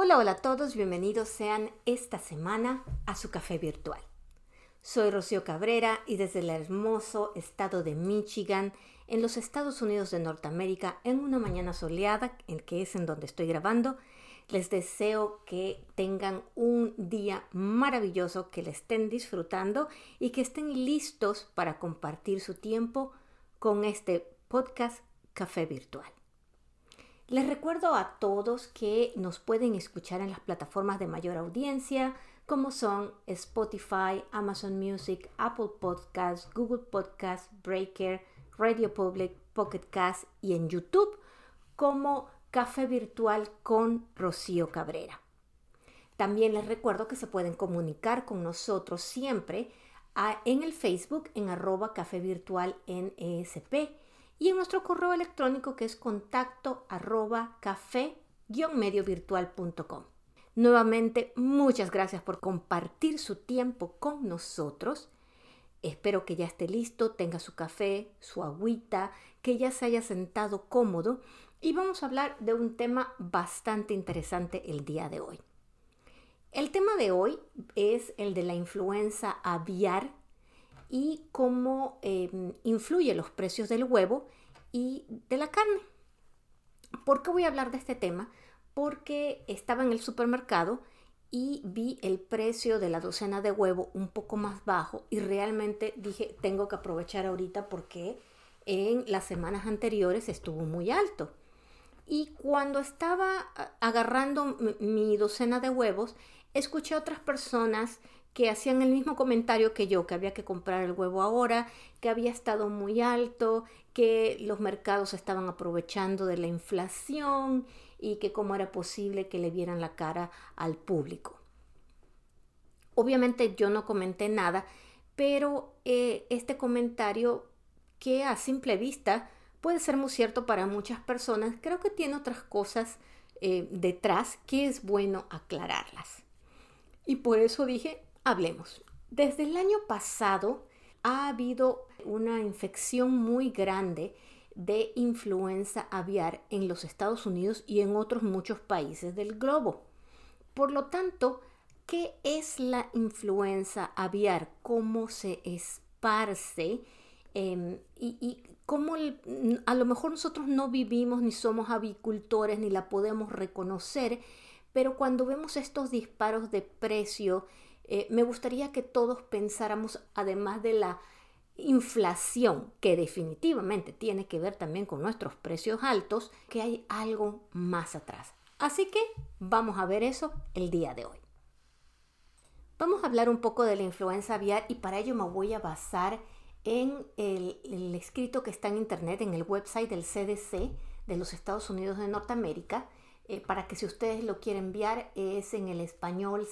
Hola, hola a todos, bienvenidos sean esta semana a su café virtual. Soy Rocío Cabrera y desde el hermoso estado de Michigan, en los Estados Unidos de Norteamérica, en una mañana soleada, que es en donde estoy grabando, les deseo que tengan un día maravilloso, que le estén disfrutando y que estén listos para compartir su tiempo con este podcast Café Virtual. Les recuerdo a todos que nos pueden escuchar en las plataformas de mayor audiencia, como son Spotify, Amazon Music, Apple Podcasts, Google Podcasts, Breaker, Radio Public, Pocket Cast y en YouTube como Café Virtual con Rocío Cabrera. También les recuerdo que se pueden comunicar con nosotros siempre en el Facebook en @cafevirtualnesp y en nuestro correo electrónico que es contacto@café-mediovirtual.com. Nuevamente, muchas gracias por compartir su tiempo con nosotros. Espero que ya esté listo, tenga su café, su agüita, que ya se haya sentado cómodo y vamos a hablar de un tema bastante interesante el día de hoy. El tema de hoy es el de la influenza aviar y cómo influye los precios del huevo y de la carne. ¿Por qué voy a hablar de este tema? Porque estaba en el supermercado y vi el precio de la docena de huevo un poco más bajo y realmente dije, tengo que aprovechar ahorita porque en las semanas anteriores estuvo muy alto. Y cuando estaba agarrando mi docena de huevos, escuché a otras personas que hacían el mismo comentario que yo, que había que comprar el huevo ahora, que había estado muy alto, que los mercados estaban aprovechando de la inflación y que cómo era posible que le vieran la cara al público. Obviamente yo no comenté nada, pero este comentario que a simple vista puede ser muy cierto para muchas personas, creo que tiene otras cosas detrás que es bueno aclararlas. Y por eso dije, hablemos. Desde el año pasado ha habido una infección muy grande de influenza aviar en los Estados Unidos y en otros muchos países del globo. Por lo tanto, ¿qué es la influenza aviar? ¿Cómo se esparce? Y cómo a lo mejor nosotros no vivimos ni somos avicultores ni la podemos reconocer, pero cuando vemos estos disparos de precio, me gustaría que todos pensáramos, además de la inflación, que definitivamente tiene que ver también con nuestros precios altos, que hay algo más atrás. Así que vamos a ver eso el día de hoy. Vamos a hablar un poco de la influenza aviar y para ello me voy a basar en el escrito que está en internet, en el website del CDC de los Estados Unidos de Norteamérica, para que si ustedes lo quieren enviar es en el español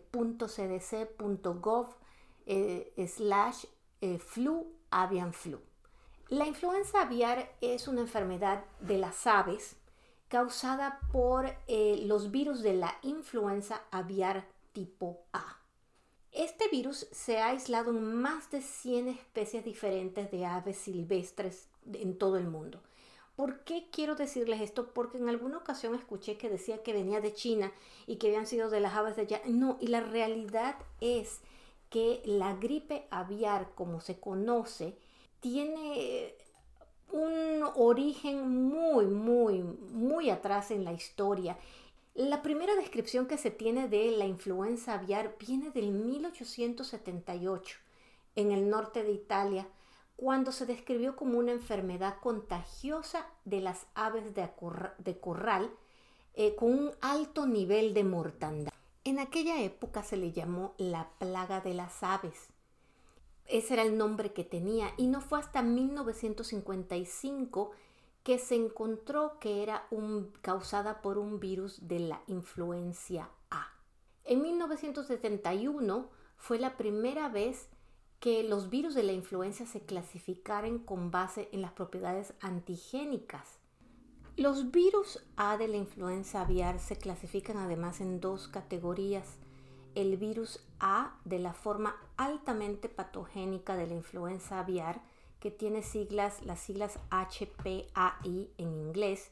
.cdc.gov/flu avian flu. La influenza aviar es una enfermedad de las aves causada por los virus de la influenza aviar tipo A. Este virus se ha aislado en más de 100 especies diferentes de aves silvestres en todo el mundo. ¿Por qué quiero decirles esto? Porque en alguna ocasión escuché que decía que venía de China y que habían sido de las aves de allá. No, y la realidad es que la gripe aviar, como se conoce, tiene un origen muy atrás en la historia. La primera descripción que se tiene de la influenza aviar viene del 1878 en el norte de Italia, cuando se describió como una enfermedad contagiosa de las aves de corral con un alto nivel de mortandad. En aquella época se le llamó la plaga de las aves. Ese era el nombre que tenía y no fue hasta 1955 que se encontró que era causada por un virus de la influencia A. En 1971 fue la primera vez que los virus de la influenza se clasificaran con base en las propiedades antigénicas. Los virus A de la influenza aviar se clasifican además en dos categorías. El virus A de la forma altamente patogénica de la influenza aviar, que tiene las siglas HPAI en inglés,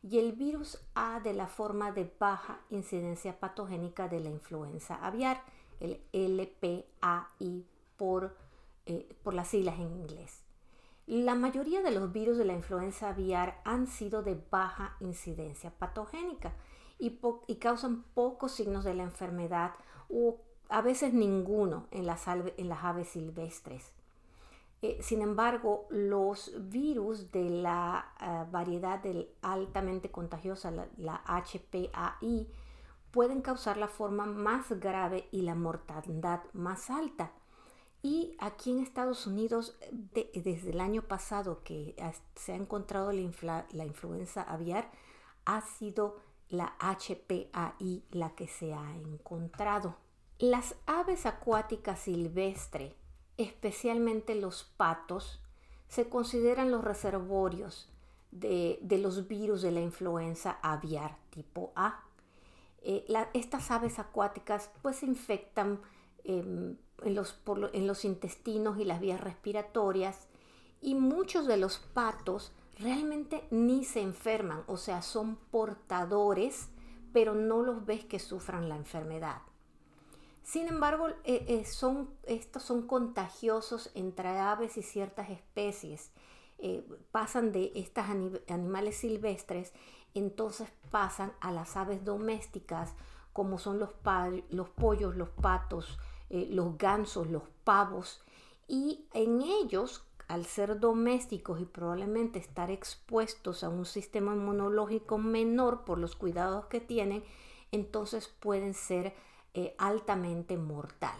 y el virus A de la forma de baja incidencia patogénica de la influenza aviar, el LPAI por las siglas en inglés. La mayoría de los virus de la influenza aviar han sido de baja incidencia patogénica y causan pocos signos de la enfermedad o a veces ninguno en las aves silvestres. Sin embargo, los virus de la variedad altamente contagiosa, la HPAI, pueden causar la forma más grave y la mortandad más alta. Y aquí en Estados Unidos, desde el año pasado que se ha encontrado la influenza aviar, ha sido la HPAI la que se ha encontrado. Las aves acuáticas silvestres, especialmente los patos, se consideran los reservorios de los virus de la influenza aviar tipo A. Estas aves acuáticas pues se infectan en los intestinos y las vías respiratorias, y muchos de los patos realmente ni se enferman, o sea, son portadores, pero no los ves que sufran la enfermedad. Sin embargo, estos son contagiosos entre aves y ciertas especies. Pasan de estos animales silvestres, entonces pasan a las aves domésticas, como son los pollos, los patos, los gansos, los pavos, y en ellos, al ser domésticos y probablemente estar expuestos a un sistema inmunológico menor por los cuidados que tienen, entonces pueden ser altamente mortal.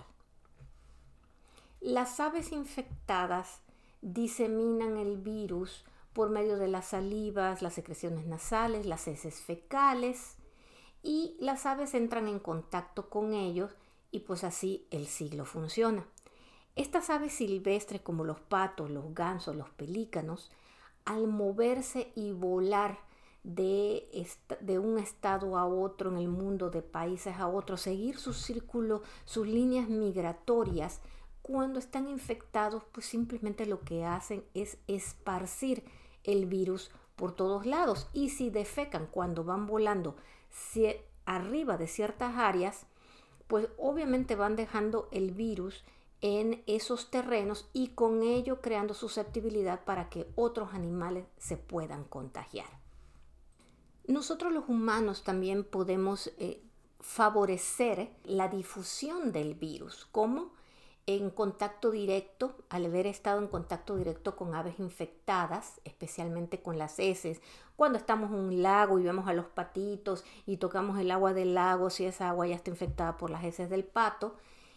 Las aves infectadas diseminan el virus por medio de las salivas, las secreciones nasales, las heces fecales, y las aves entran en contacto con ellos y pues así el ciclo funciona. Estas aves silvestres como los patos, los gansos, los pelícanos, al moverse y volar de un estado a otro en el mundo, de países a otros, seguir su círculo, sus líneas migratorias, cuando están infectados, pues simplemente lo que hacen es esparcir el virus por todos lados. Y si defecan cuando van volando arriba de ciertas áreas, pues obviamente van dejando el virus en esos terrenos y con ello creando susceptibilidad para que otros animales se puedan contagiar. Nosotros los humanos también podemos favorecer la difusión del virus, como en contacto directo, al haber estado en contacto directo con aves infectadas, especialmente con las heces. Cuando estamos en un lago y vemos a los patitos y tocamos el agua del lago, si esa agua ya está infectada por las heces del pato,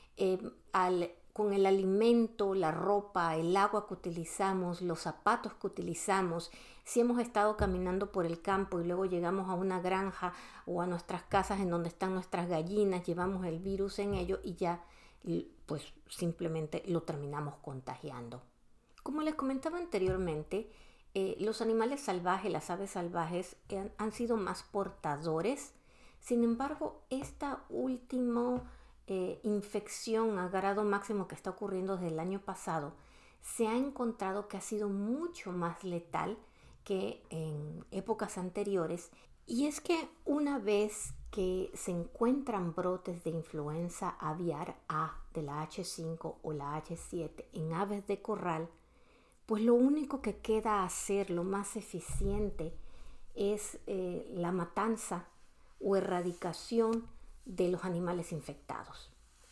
con el alimento, la ropa, el agua que utilizamos, los zapatos que utilizamos, si hemos estado caminando por el campo y luego llegamos a una granja o a nuestras casas en donde están nuestras gallinas, llevamos el virus en ello y ya pues simplemente lo terminamos contagiando. Como les comentaba anteriormente, los animales salvajes, las aves salvajes han sido más portadores. Sin embargo, esta última infección a grado máximo que está ocurriendo desde el año pasado, se ha encontrado que ha sido mucho más letal que en épocas anteriores. Y es que una vez que se encuentran brotes de influenza aviar A de la H5 o la H7 en aves de corral, pues lo único que queda hacer, lo más eficiente, es la matanza o erradicación de los animales infectados.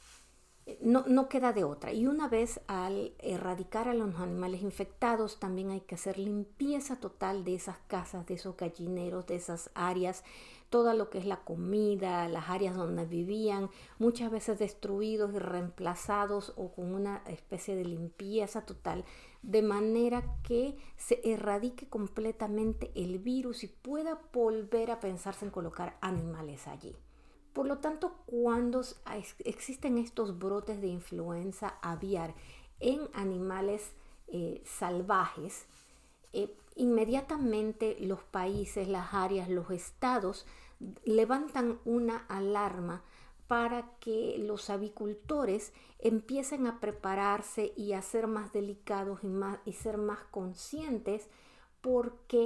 No queda de otra. Y una vez al erradicar a los animales infectados, también hay que hacer limpieza total de esas casas, de esos gallineros, de esas áreas, todo lo que es la comida, las áreas donde vivían, muchas veces destruidos y reemplazados o con una especie de limpieza total, de manera que se erradique completamente el virus y pueda volver a pensarse en colocar animales allí. Por lo tanto, cuando existen estos brotes de influenza aviar en animales salvajes, inmediatamente los países, las áreas, los estados levantan una alarma para que los avicultores empiecen a prepararse y a ser más delicados y ser más conscientes, porque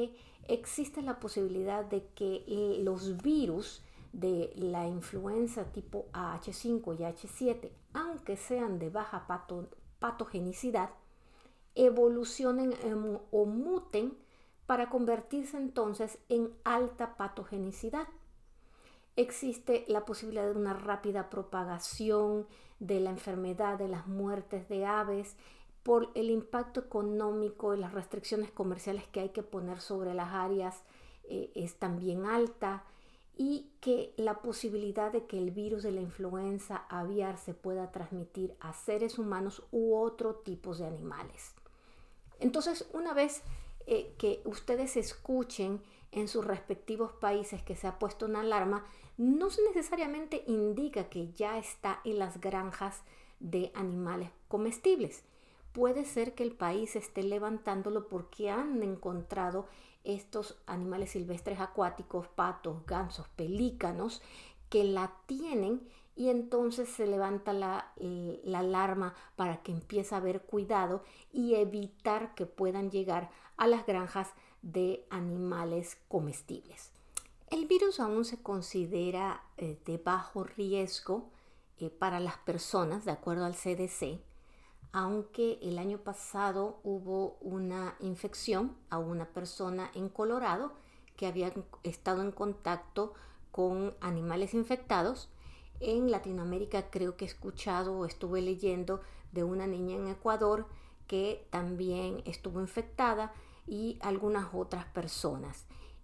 existe la posibilidad de que los virus de la influenza tipo AH5 y AH7, aunque sean de baja patogenicidad, evolucionen o muten para convertirse entonces en alta patogenicidad. Existe la posibilidad de una rápida propagación de la enfermedad, de las muertes de aves, por el impacto económico y las restricciones comerciales que hay que poner sobre las áreas es también alta, y que la posibilidad de que el virus de la influenza aviar se pueda transmitir a seres humanos u otro tipo de animales. Entonces, una vez que ustedes escuchen en sus respectivos países que se ha puesto una alarma, no necesariamente indica que ya está en las granjas de animales comestibles. Puede ser que el país esté levantándolo porque han encontrado estos animales silvestres acuáticos, patos, gansos, pelícanos, que la tienen, y entonces se levanta la alarma para que empiece a haber cuidado y evitar que puedan llegar a las granjas de animales comestibles. El virus aún se considera de bajo riesgo para las personas, de acuerdo al CDC, aunque el año pasado hubo una infección a una persona en Colorado que había estado en contacto con animales infectados. En Latinoamérica creo que he escuchado o estuve leyendo de una niña en Ecuador que también estuvo infectada, y algunas otras personas.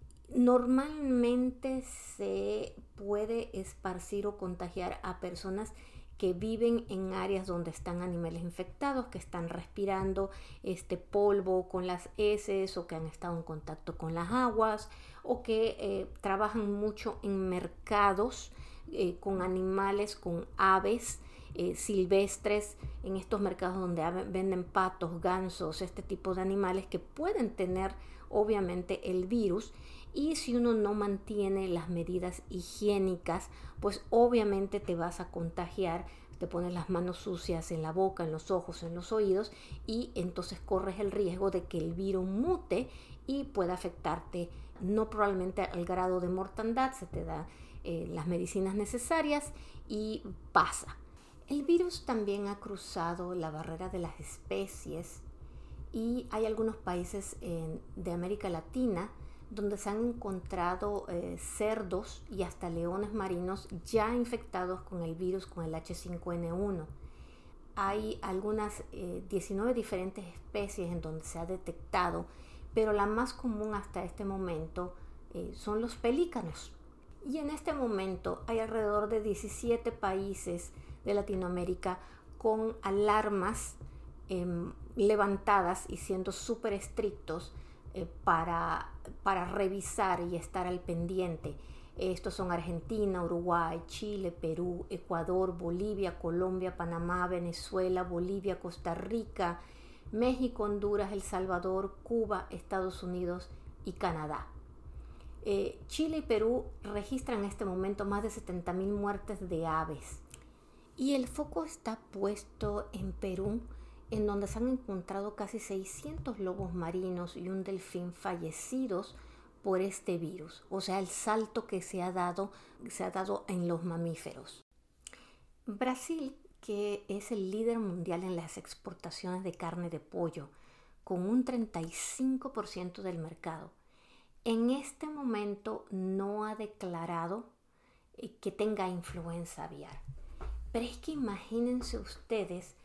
Normalmente se puede esparcir o contagiar a personas que viven en áreas donde están animales infectados, que están respirando este polvo con las heces, o que han estado en contacto con las aguas, o que trabajan mucho en mercados con animales, con aves silvestres, en estos mercados donde venden patos, gansos, este tipo de animales que pueden tener obviamente el virus. Y si uno no mantiene las medidas higiénicas, pues obviamente te vas a contagiar, te pones las manos sucias en la boca, en los ojos, en los oídos, y entonces corres el riesgo de que el virus mute y pueda afectarte, no probablemente al grado de mortandad, se te da las medicinas necesarias y pasa. El virus también ha cruzado la barrera de las especies, y hay algunos países de América Latina donde se han encontrado cerdos y hasta leones marinos ya infectados con el virus, con el H5N1. Hay algunas 19 diferentes especies en donde se ha detectado, pero la más común hasta este momento son los pelícanos. Y en este momento hay alrededor de 17 países de Latinoamérica con alarmas levantadas y siendo súper estrictos para revisar y estar al pendiente. Estos son Argentina, Uruguay, Chile, Perú, Ecuador, Bolivia, Colombia, Panamá, Venezuela, Bolivia, Costa Rica, México, Honduras, El Salvador, Cuba, Estados Unidos y Canadá. Chile y Perú registran en este momento más de 70,000 muertes de aves. Y el foco está puesto en Perú, en donde se han encontrado casi 600 lobos marinos y un delfín fallecidos por este virus. O sea, el salto que se ha dado en los mamíferos. Brasil, que es el líder mundial en las exportaciones de carne de pollo, con un 35% del mercado, en este momento no ha declarado que tenga influenza aviar. Pero es que imagínense ustedes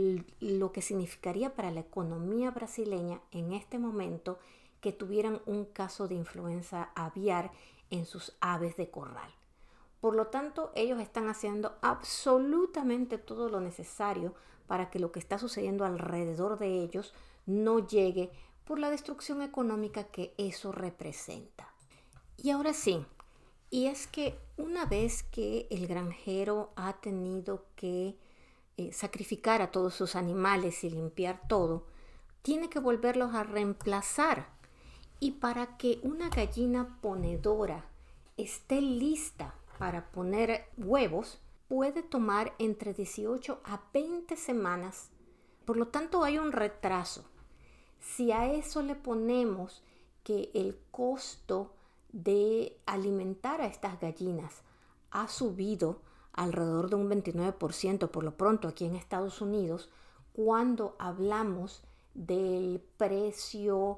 lo que significaría para la economía brasileña en este momento que tuvieran un caso de influenza aviar en sus aves de corral. Por lo tanto, ellos están haciendo absolutamente todo lo necesario para que lo que está sucediendo alrededor de ellos no llegue por la destrucción económica que eso representa. Y ahora sí, y es que una vez que el granjero ha tenido que sacrificar a todos sus animales y limpiar todo, tiene que volverlos a reemplazar. Y para que una gallina ponedora esté lista para poner huevos, puede tomar entre 18 a 20 semanas. Por lo tanto, hay un retraso. Si a eso le ponemos que el costo de alimentar a estas gallinas ha subido alrededor de un 29% por lo pronto aquí en Estados Unidos, cuando hablamos del precio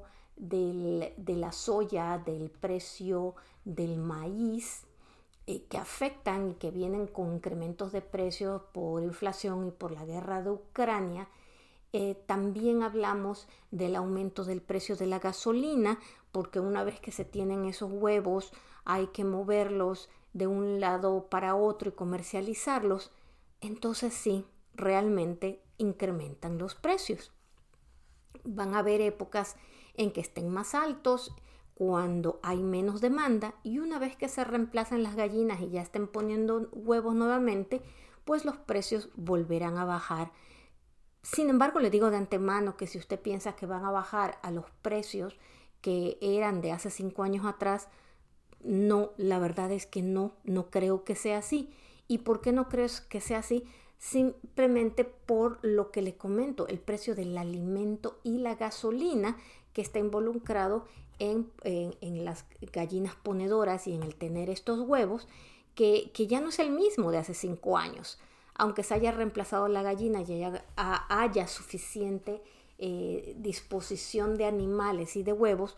de la soya, del precio del maíz, que afectan y que vienen con incrementos de precios por inflación y por la guerra de Ucrania. También hablamos del aumento del precio de la gasolina, porque una vez que se tienen esos huevos hay que moverlos de un lado para otro y comercializarlos. Entonces sí, realmente incrementan los precios. Van a haber épocas en que estén más altos cuando hay menos demanda, y una vez que se reemplazan las gallinas y ya estén poniendo huevos nuevamente, pues los precios volverán a bajar. Sin embargo, le digo de antemano que si usted piensa que van a bajar a los precios que eran de hace 5 años atrás, no, la verdad es que no creo que sea así. ¿Y por qué no creo que sea así? Simplemente por lo que le comento, el precio del alimento y la gasolina que está involucrado en las gallinas ponedoras y en el tener estos huevos, que ya no es el mismo de hace 5 años. Aunque se haya reemplazado la gallina y haya suficiente disposición de animales y de huevos,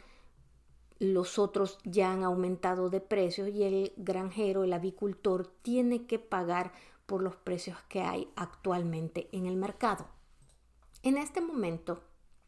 los otros ya han aumentado de precio y el granjero, el avicultor, tiene que pagar por los precios que hay actualmente en el mercado. En este momento,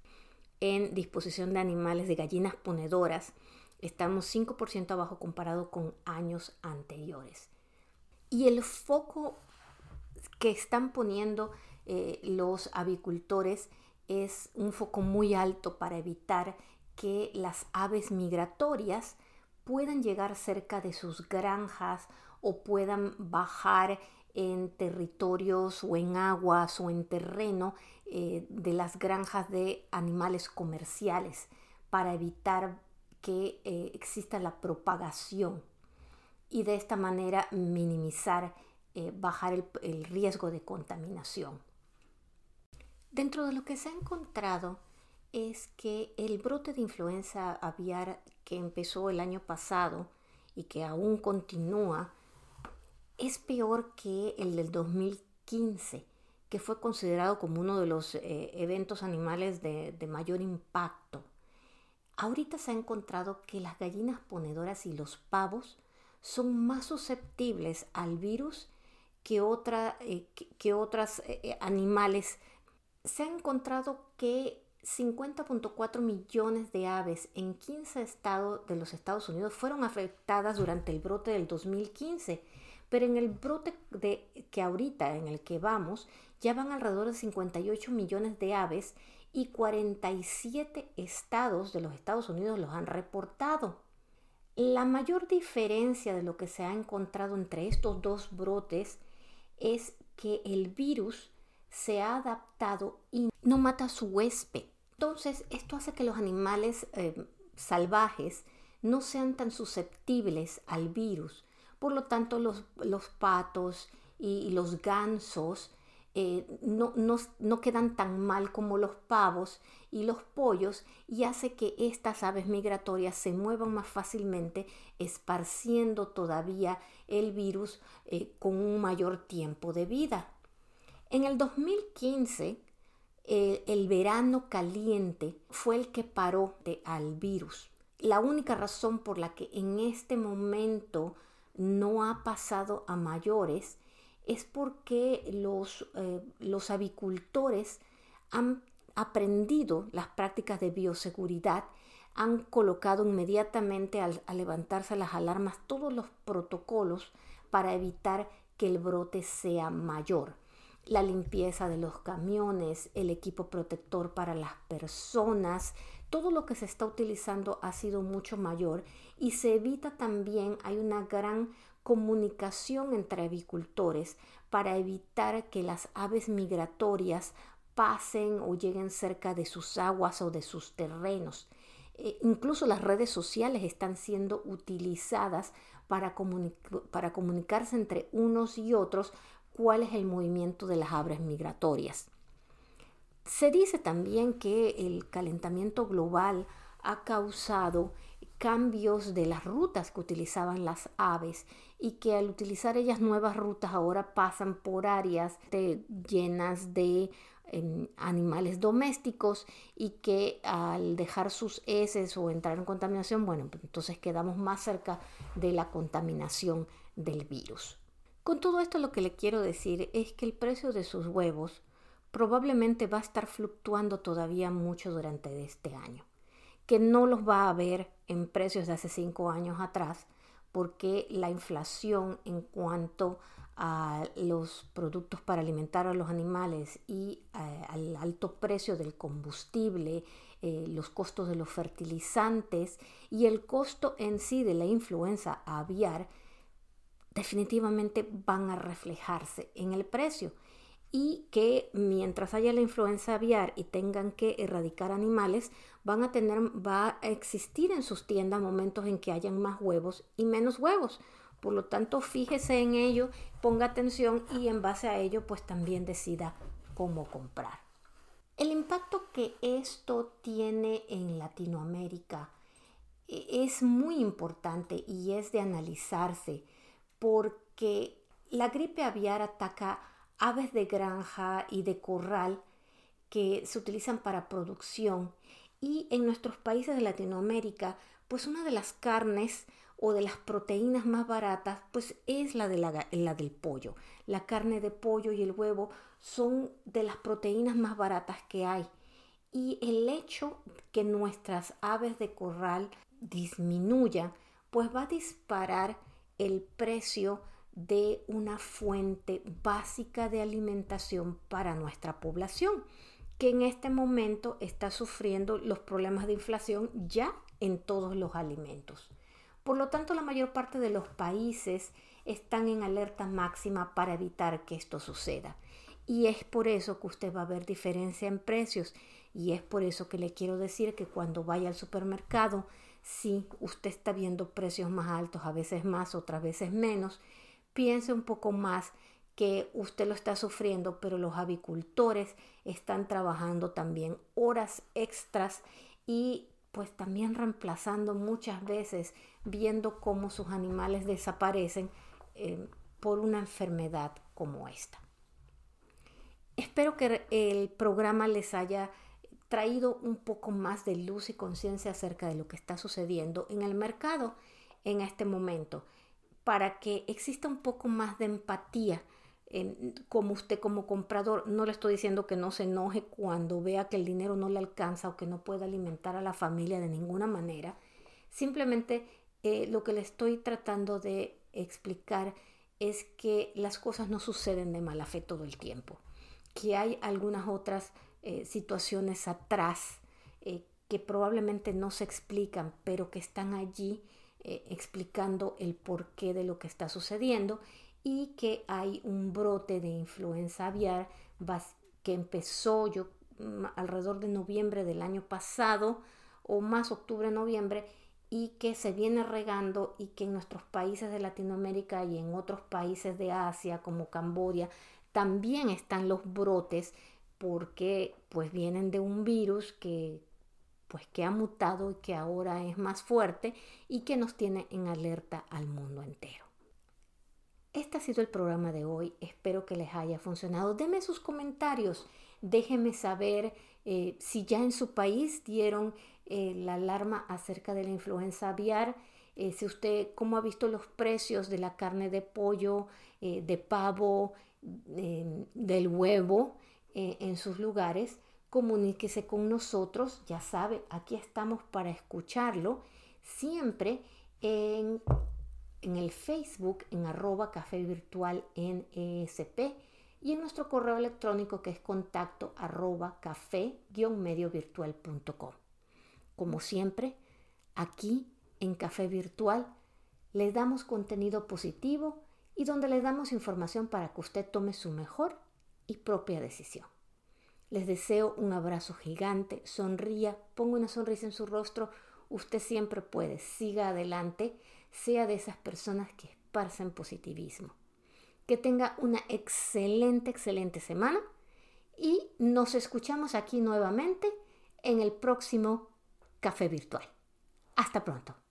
en disposición de animales de gallinas ponedoras, estamos 5% abajo comparado con años anteriores. Y el foco que están poniendo los avicultores es un foco muy alto para evitar que las aves migratorias puedan llegar cerca de sus granjas o puedan bajar en territorios o en aguas o en terreno de las granjas de animales comerciales, para evitar que exista la propagación y de esta manera minimizar, bajar el riesgo de contaminación. Dentro de lo que se ha encontrado es que el brote de influenza aviar que empezó el año pasado y que aún continúa es peor que el del 2015, que fue considerado como uno de los eventos animales de mayor impacto. Ahorita se ha encontrado que las gallinas ponedoras y los pavos son más susceptibles al virus que otros animales. Se ha encontrado que 50.4 millones de aves en 15 estados de los Estados Unidos fueron afectadas durante el brote del 2015, pero en el brote que ahorita en el que vamos ya van alrededor de 58 millones de aves y 47 estados de los Estados Unidos los han reportado. La mayor diferencia de lo que se ha encontrado entre estos dos brotes es que el virus se ha adaptado y no mata a su huésped. Entonces, esto hace que los animales salvajes no sean tan susceptibles al virus. Por lo tanto, los patos y los gansos no quedan tan mal como los pavos y los pollos, y hace que estas aves migratorias se muevan más fácilmente, esparciendo todavía el virus con un mayor tiempo de vida. En el 2015, el verano caliente fue el que paró al virus. La única razón por la que en este momento no ha pasado a mayores es porque los avicultores han aprendido las prácticas de bioseguridad, han colocado inmediatamente al levantarse las alarmas todos los protocolos para evitar que el brote sea mayor. La limpieza de los camiones, el equipo protector para las personas, todo lo que se está utilizando ha sido mucho mayor, y se evita también, hay una gran comunicación entre avicultores para evitar que las aves migratorias pasen o lleguen cerca de sus aguas o de sus terrenos. Incluso las redes sociales están siendo utilizadas para comunicarse entre unos y otros cuál es el movimiento de las aves migratorias. Se dice también que el calentamiento global ha causado cambios de las rutas que utilizaban las aves y que al utilizar ellas nuevas rutas ahora pasan por áreas llenas de animales domésticos y que al dejar sus heces o entrar en contaminación, bueno, pues entonces quedamos más cerca de la contaminación del virus. Con todo esto lo que le quiero decir es que el precio de sus huevos probablemente va a estar fluctuando todavía mucho durante este año, que no los va a ver en precios de hace 5 años atrás, porque la inflación en cuanto a los productos para alimentar a los animales y al alto precio del combustible, los costos de los fertilizantes y el costo en sí de la influenza aviar definitivamente van a reflejarse en el precio, y que mientras haya la influenza aviar y tengan que erradicar animales, va a existir en sus tiendas momentos en que hayan más huevos y menos huevos. Por lo tanto, fíjese en ello, ponga atención y en base a ello pues también decida cómo comprar. El impacto que esto tiene en Latinoamérica es muy importante y es de analizarse, porque la gripe aviar ataca aves de granja y de corral que se utilizan para producción, y en nuestros países de Latinoamérica pues una de las carnes o de las proteínas más baratas pues es la del pollo. La carne de pollo y el huevo son de las proteínas más baratas que hay, y el hecho que nuestras aves de corral disminuyan pues va a disparar el precio de una fuente básica de alimentación para nuestra población, que en este momento está sufriendo los problemas de inflación ya en todos los alimentos. Por lo tanto, la mayor parte de los países están en alerta máxima para evitar que esto suceda. Y es por eso que usted va a ver diferencia en precios, y es por eso que le quiero decir que cuando vaya al supermercado, si usted está viendo precios más altos, a veces más, otras veces menos, piense un poco más que usted lo está sufriendo, pero los avicultores están trabajando también horas extras y pues también reemplazando muchas veces, viendo cómo sus animales desaparecen por una enfermedad como esta. Espero que el programa les haya traído un poco más de luz y conciencia acerca de lo que está sucediendo en el mercado en este momento, para que exista un poco más de empatía como usted como comprador. No le estoy diciendo que no se enoje cuando vea que el dinero no le alcanza o que no puede alimentar a la familia de ninguna manera. Simplemente lo que le estoy tratando de explicar es que las cosas no suceden de mala fe todo el tiempo, que hay algunas otras situaciones atrás que probablemente no se explican, pero que están allí explicando el porqué de lo que está sucediendo, y que hay un brote de influenza aviar que empezó alrededor de noviembre del año pasado, o más octubre-noviembre, y que se viene regando, y que en nuestros países de Latinoamérica y en otros países de Asia como Camboya también están los brotes, porque pues vienen de un virus que ha mutado y que ahora es más fuerte y que nos tiene en alerta al mundo entero. Este ha sido el programa de hoy. Espero que les haya funcionado. Denme sus comentarios. Déjenme saber si ya en su país dieron la alarma acerca de la influenza aviar. Si usted, cómo ha visto los precios de la carne de pollo, de pavo, del huevo en sus lugares. Comuníquese con nosotros, ya sabe, aquí estamos para escucharlo, siempre en el Facebook, en @cafevirtualnesp, y en nuestro correo electrónico, que es contacto @café-mediovirtual.com. Como siempre, aquí en Café Virtual les damos contenido positivo y donde les damos información para que usted tome su mejor y propia decisión. Les deseo un abrazo gigante, sonría, ponga una sonrisa en su rostro. Usted siempre puede, siga adelante, sea de esas personas que esparcen positivismo. Que tenga una excelente semana, y nos escuchamos aquí nuevamente en el próximo Café Virtual. Hasta pronto.